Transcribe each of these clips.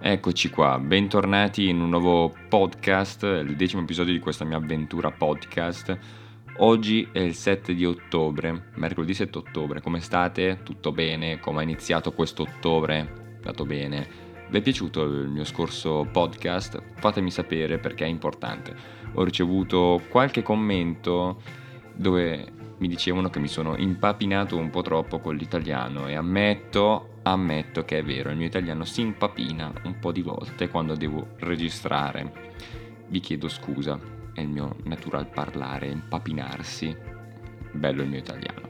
Eccoci qua, bentornati in un nuovo podcast, il 10° episodio di questa mia avventura podcast. Oggi è il 7 di ottobre, mercoledì 7 ottobre. Come state? Tutto bene? Come è iniziato questo ottobre? Dato bene? Vi è piaciuto il mio scorso podcast? Fatemi sapere perché è importante. Ho ricevuto qualche commento dove mi dicevano che mi sono impapinato un po' troppo con l'italiano e ammetto che è vero, il mio italiano si impapina un po' di volte quando devo registrare. Vi chiedo scusa, è il mio natural parlare, impapinarsi. Bello il mio italiano.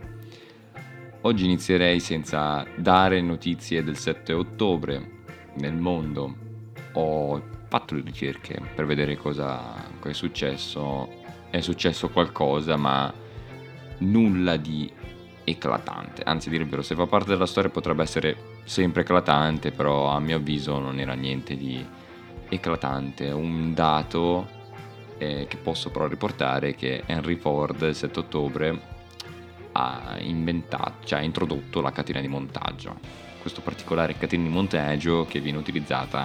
Oggi inizierei senza dare notizie del 7 ottobre nel mondo. Ho fatto le ricerche per vedere cosa è successo. È successo qualcosa, ma nulla di eclatante. Anzi, a dire il vero, se fa parte della storia potrebbe essere sempre eclatante, però a mio avviso non era niente di eclatante. Un dato che posso però riportare è che Henry Ford il 7 ottobre ha introdotto la catena di montaggio. Questo particolare catena di montaggio che viene utilizzata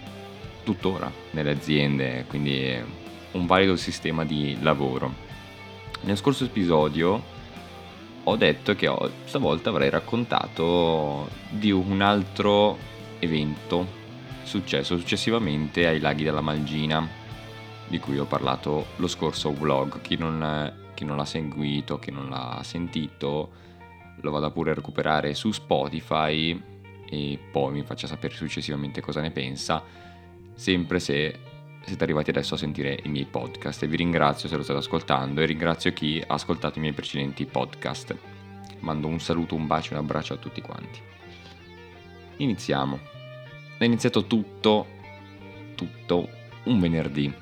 tuttora nelle aziende, quindi è un valido sistema di lavoro. Nel scorso episodio ho detto che stavolta avrei raccontato di un altro evento successo successivamente ai laghi della Malgina, di cui ho parlato lo scorso vlog. Chi non l'ha seguito, chi non l'ha sentito, lo vado pure a recuperare su Spotify e poi mi faccia sapere successivamente cosa ne pensa, sempre se siete arrivati adesso a sentire i miei podcast, e vi ringrazio se lo state ascoltando e ringrazio chi ha ascoltato i miei precedenti podcast. Mando un saluto, un bacio e un abbraccio a tutti quanti. Iniziamo. È iniziato tutto un venerdì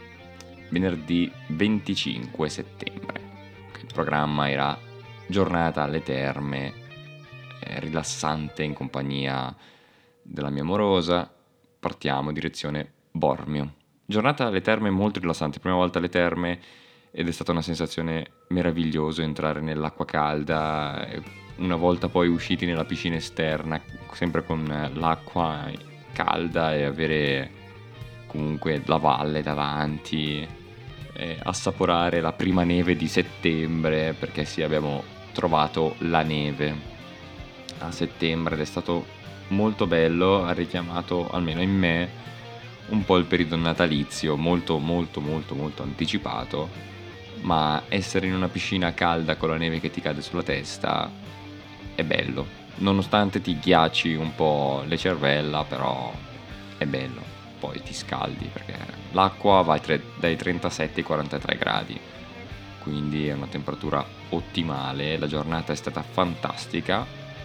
25 settembre. Il programma era giornata alle terme, rilassante in compagnia della mia amorosa. Partiamo direzione Bormio. Giornata alle terme molto rilassante, prima volta alle terme, ed è stata una sensazione meravigliosa entrare nell'acqua calda, una volta poi usciti nella piscina esterna, sempre con l'acqua calda, e avere comunque la valle davanti, assaporare la prima neve di settembre, perché sì, abbiamo trovato la neve a settembre ed è stato molto bello, ha richiamato almeno in me un po' il periodo natalizio, molto anticipato, ma essere in una piscina calda con la neve che ti cade sulla testa è bello, nonostante ti ghiacci un po' le cervella, però è bello. Poi ti scaldi perché l'acqua va dai 37 ai 43 gradi, quindi è una temperatura ottimale. La giornata è stata fantastica,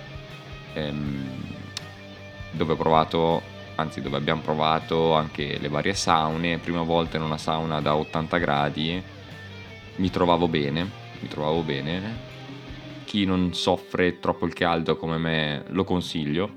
dove abbiamo provato anche le varie saune. Prima volta in una sauna da 80 gradi mi trovavo bene. Chi non soffre troppo il caldo come me lo consiglio,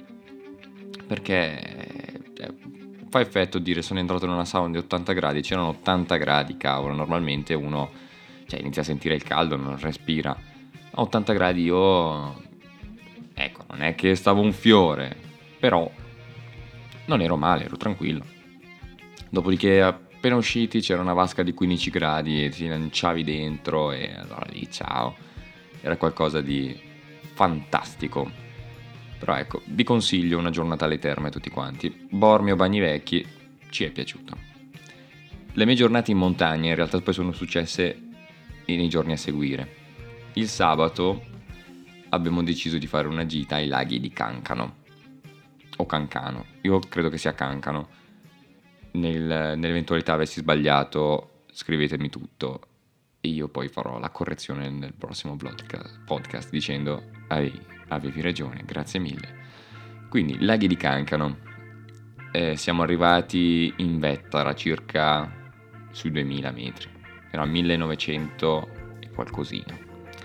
perché fa effetto dire sono entrato in una sauna di 80 gradi, c'erano 80 gradi, cavolo, normalmente uno inizia a sentire il caldo, non respira. A 80 gradi io, ecco, non è che stavo un fiore, però non ero male, ero tranquillo. Dopodiché appena usciti c'era una vasca di 15 gradi e ti lanciavi dentro, e allora lì ciao, era qualcosa di fantastico. Però ecco, vi consiglio una giornata alle terme a tutti quanti. Bormio Bagnivecchi ci è piaciuto. Le mie giornate in montagna in realtà poi sono successe nei giorni a seguire. Il sabato abbiamo deciso di fare una gita ai laghi di Cancano o Cancano, io credo che sia Cancano. Nell'eventualità avessi sbagliato, scrivetemi tutto e io poi farò la correzione nel prossimo podcast dicendo avevi ragione, grazie mille. Quindi laghi di Cancano, siamo arrivati in vetta, era circa sui 2000 metri, era 1900 e qualcosina.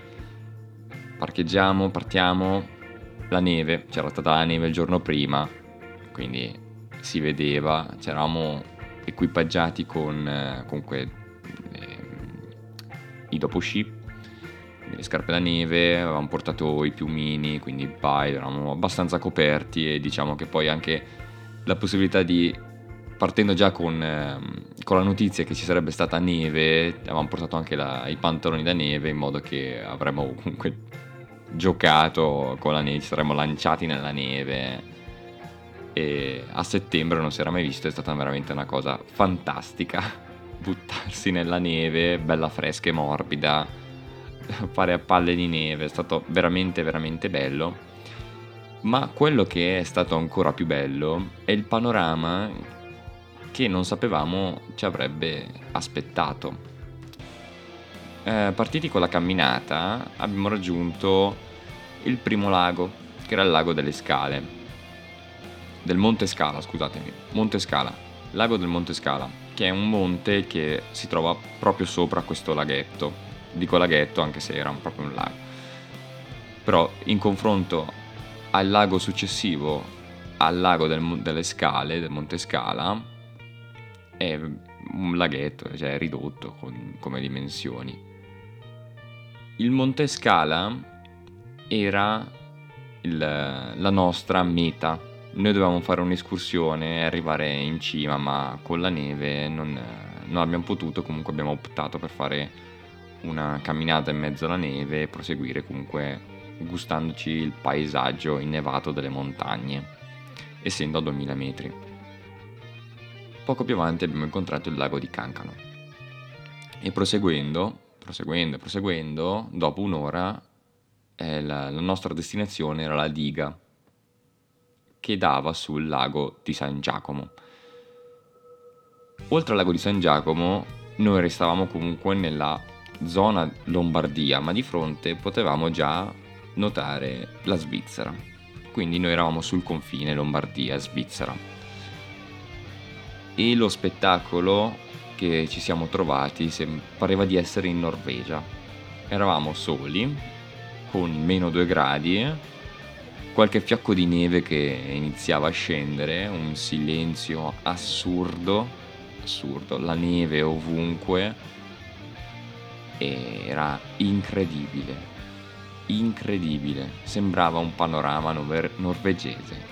Partiamo, la neve, c'era stata la neve il giorno prima, quindi si vedeva, c'eravamo equipaggiati con comunque i dopo sci, le scarpe da neve, avevamo portato i piumini, quindi il paio, eravamo abbastanza coperti, e diciamo che poi anche la possibilità di, partendo già con la notizia che ci sarebbe stata neve, avevamo portato anche i pantaloni da neve, in modo che avremmo comunque giocato con la neve, ci saremmo lanciati nella neve, e a settembre non si era mai visto, è stata veramente una cosa fantastica buttarsi nella neve, bella fresca e morbida, fare a palle di neve, è stato veramente veramente bello. Ma quello che è stato ancora più bello è il panorama che non sapevamo ci avrebbe aspettato. Partiti con la camminata, abbiamo raggiunto il primo lago, che era il lago delle Scale, del Monte Scala, scusatemi, Monte Scala, lago del Monte Scala, che è un monte che si trova proprio sopra questo laghetto. Dico laghetto anche se era proprio un lago. Però in confronto al lago successivo, al lago delle Scale, del Monte Scala, è un laghetto, cioè ridotto come dimensioni. Il Monte Scala era la nostra meta. Noi dovevamo fare un'escursione e arrivare in cima, ma con la neve non abbiamo potuto, comunque abbiamo optato per fare una camminata in mezzo alla neve e proseguire comunque gustandoci il paesaggio innevato delle montagne, essendo a 2000 metri. Poco più avanti abbiamo incontrato il lago di Cancano e proseguendo, dopo un'ora la nostra destinazione era la diga che dava sul lago di San Giacomo. Oltre al lago di San Giacomo noi restavamo comunque nella zona Lombardia, ma di fronte potevamo già notare la Svizzera, quindi noi eravamo sul confine Lombardia-Svizzera. E lo spettacolo che ci siamo trovati pareva di essere in Norvegia. Eravamo soli, con meno 2 gradi, qualche fiocco di neve che iniziava a scendere, un silenzio assurdo, la neve ovunque, e era incredibile, sembrava un panorama norvegese.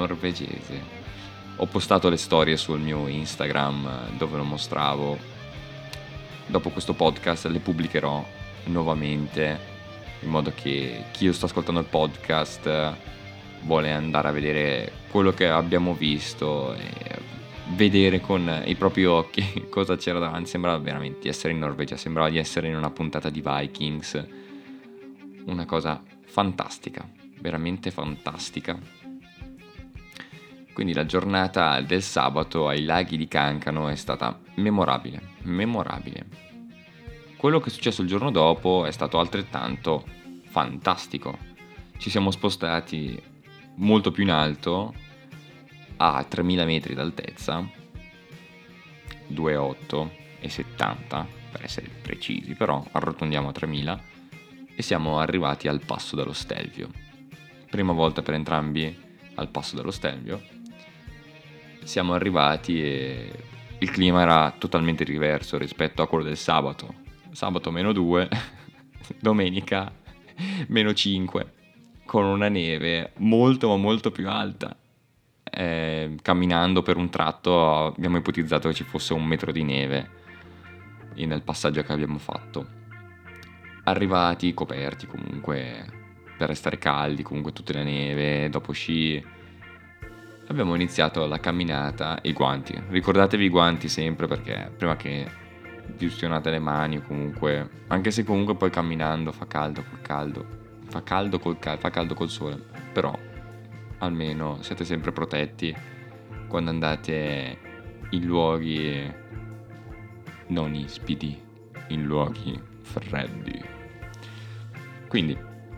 Ho postato le storie sul mio Instagram dove lo mostravo. Dopo questo podcast le pubblicherò nuovamente, in modo che chi lo sta ascoltando il podcast vuole andare a vedere quello che abbiamo visto e vedere con i propri occhi cosa c'era davanti. Sembrava veramente di essere in Norvegia, sembrava di essere in una puntata di Vikings, una cosa fantastica, veramente fantastica. Quindi la giornata del sabato ai laghi di Cancano è stata memorabile. Quello che è successo il giorno dopo è stato altrettanto fantastico. Ci siamo spostati molto più in alto, a 3000 metri d'altezza, 2,8 e 70 per essere precisi, però arrotondiamo a 3000, e siamo arrivati al Passo dello Stelvio. Prima volta per entrambi al Passo dello Stelvio. Siamo arrivati e il clima era totalmente diverso rispetto a quello del sabato. Sabato -2, domenica -5, con una neve molto ma molto più alta. Camminando per un tratto abbiamo ipotizzato che ci fosse 1 metro di neve nel passaggio che abbiamo fatto. Arrivati, coperti comunque per restare caldi, comunque tutta la neve, dopo sci, abbiamo iniziato la camminata. I guanti, ricordatevi i guanti sempre, perché prima che vi ustionate le mani, o comunque, anche se comunque poi camminando fa caldo col sole, però almeno siete sempre protetti quando andate in luoghi non ispidi, in luoghi freddi. Quindi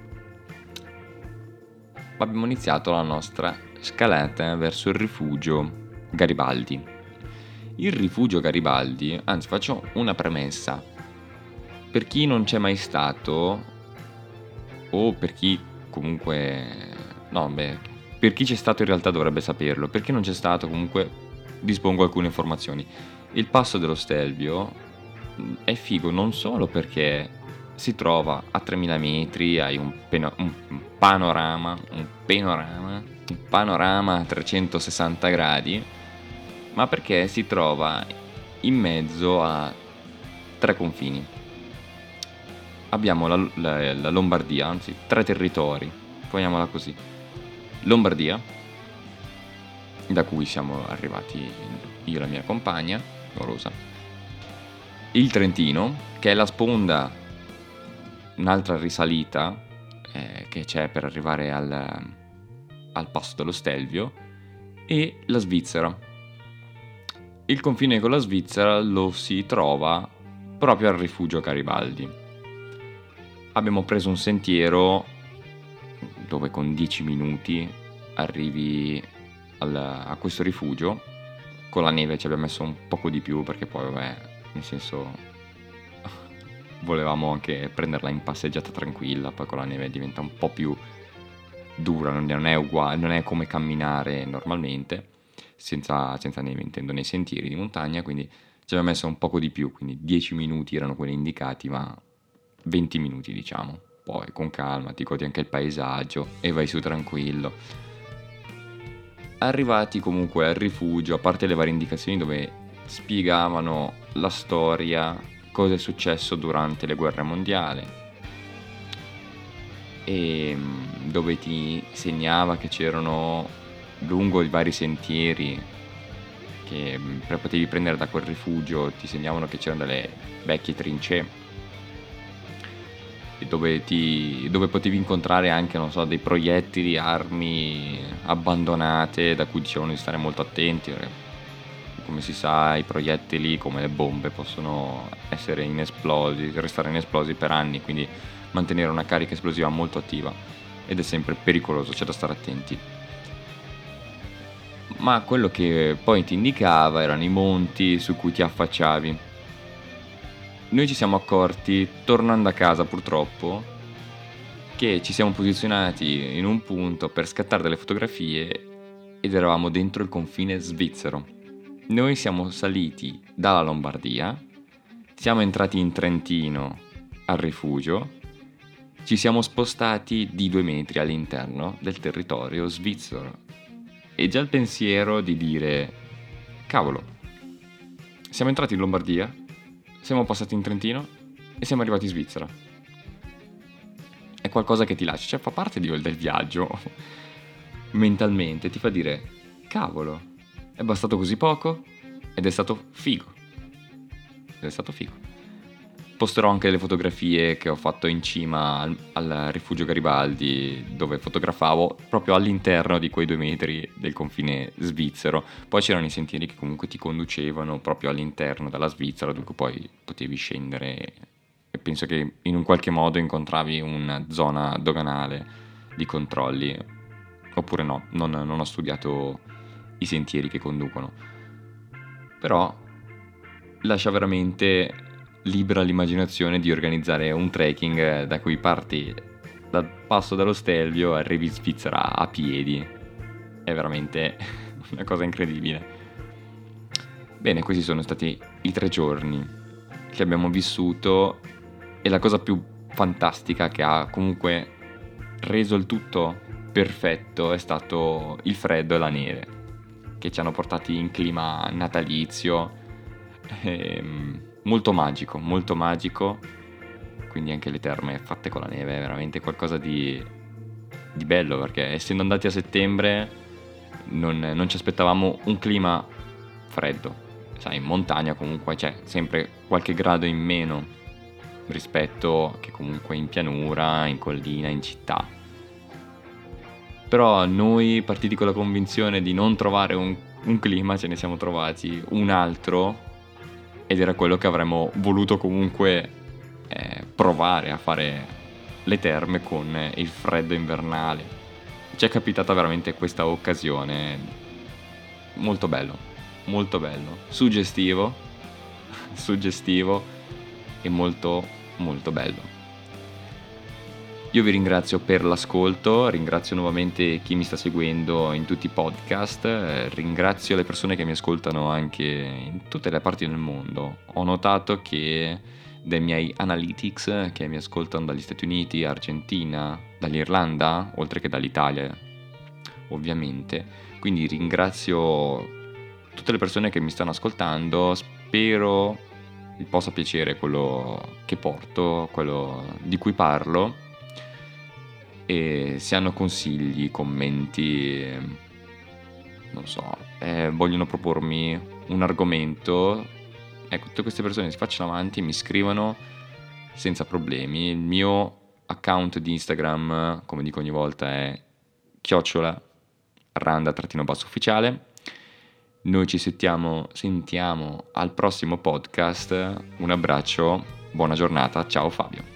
abbiamo iniziato la nostra scalata verso il rifugio Garibaldi. Il rifugio Garibaldi, anzi faccio una premessa, per chi non c'è mai stato, o per chi comunque per chi c'è stato in realtà dovrebbe saperlo, per chi non c'è stato comunque dispongo alcune informazioni. Il Passo dello Stelvio è figo non solo perché si trova a 3000 metri, hai un panorama un panorama a 360 gradi, ma perché si trova in mezzo a tre confini. Abbiamo la Lombardia, anzi tre territori, chiamiamola così. Lombardia, da cui siamo arrivati io e la mia compagna, Rosa. Il Trentino, che è la sponda, un'altra risalita che c'è per arrivare al passo dello Stelvio, e la Svizzera. Il confine con la Svizzera lo si trova proprio al rifugio Garibaldi. Abbiamo preso un sentiero dove con 10 minuti arrivi a questo rifugio. Con la neve ci abbiamo messo un poco di più perché poi nel senso volevamo anche prenderla in passeggiata tranquilla, poi con la neve diventa un po' più dura, non è uguale, non è come camminare normalmente, senza neve intendo, nei sentieri di montagna, quindi ci abbiamo messo un poco di più, quindi 10 minuti erano quelli indicati, ma 20 minuti diciamo, poi con calma ti godi anche il paesaggio e vai su tranquillo. Arrivati comunque al rifugio, a parte le varie indicazioni dove spiegavano la storia, cosa è successo durante le guerre mondiali, e dove ti segnava che c'erano lungo i vari sentieri che potevi prendere da quel rifugio, ti segnavano che c'erano delle vecchie trincee dove potevi incontrare anche, non so, dei proiettili, armi abbandonate da cui dicevano di stare molto attenti, perché come si sa i proiettili, come le bombe, possono essere restare inesplosi per anni, quindi mantenere una carica esplosiva molto attiva ed è sempre pericoloso, c'è da stare attenti. Ma quello che poi ti indicava erano i monti su cui ti affacciavi. Noi ci siamo accorti, tornando a casa purtroppo, che ci siamo posizionati in un punto per scattare delle fotografie ed eravamo dentro il confine svizzero. Noi siamo saliti dalla Lombardia, siamo entrati in Trentino al rifugio, ci siamo spostati di 2 metri all'interno del territorio svizzero. E già il pensiero di dire, cavolo, siamo entrati in Lombardia, siamo passati in Trentino e siamo arrivati in Svizzera. È qualcosa che ti lascia, cioè fa parte del viaggio mentalmente, ti fa dire, cavolo, è bastato così poco ed è stato figo. Ed è stato figo. Posterò anche le fotografie che ho fatto in cima al rifugio Garibaldi, dove fotografavo proprio all'interno di quei 2 metri del confine svizzero. Poi c'erano i sentieri che comunque ti conducevano proprio all'interno della Svizzera, dove poi potevi scendere e penso che in un qualche modo incontravi una zona doganale di controlli. Oppure no, non ho studiato i sentieri che conducono. Però lascia veramente libera l'immaginazione di organizzare un trekking da cui parti dal passo dello Stelvio e arrivi in Svizzera a piedi. È veramente una cosa incredibile. Bene, questi sono stati i 3 giorni che abbiamo vissuto e la cosa più fantastica che ha comunque reso il tutto perfetto è stato il freddo e la neve, che ci hanno portati in clima natalizio, molto magico, quindi anche le terme fatte con la neve è veramente qualcosa di bello, perché essendo andati a settembre non ci aspettavamo un clima freddo, sai, in montagna comunque c'è sempre qualche grado in meno rispetto che comunque in pianura, in collina, in città. Però noi, partiti con la convinzione di non trovare un clima, ce ne siamo trovati un altro, ed era quello che avremmo voluto comunque provare a fare le terme con il freddo invernale. Ci è capitata veramente questa occasione, molto bello, suggestivo e molto molto bello. Io vi ringrazio per l'ascolto, ringrazio nuovamente chi mi sta seguendo in tutti i podcast, ringrazio le persone che mi ascoltano anche in tutte le parti del mondo. Ho notato che dai miei analytics che mi ascoltano dagli Stati Uniti, Argentina, dall'Irlanda, oltre che dall'Italia, ovviamente. Quindi ringrazio tutte le persone che mi stanno ascoltando, spero vi possa piacere quello che porto, quello di cui parlo, e se hanno consigli, commenti, non so, vogliono propormi un argomento, ecco, tutte queste persone si facciano avanti e mi scrivano senza problemi. Il mio account di Instagram, come dico ogni volta, è @randa_ufficiale. Noi ci sentiamo al prossimo podcast. Un abbraccio, buona giornata, ciao Fabio.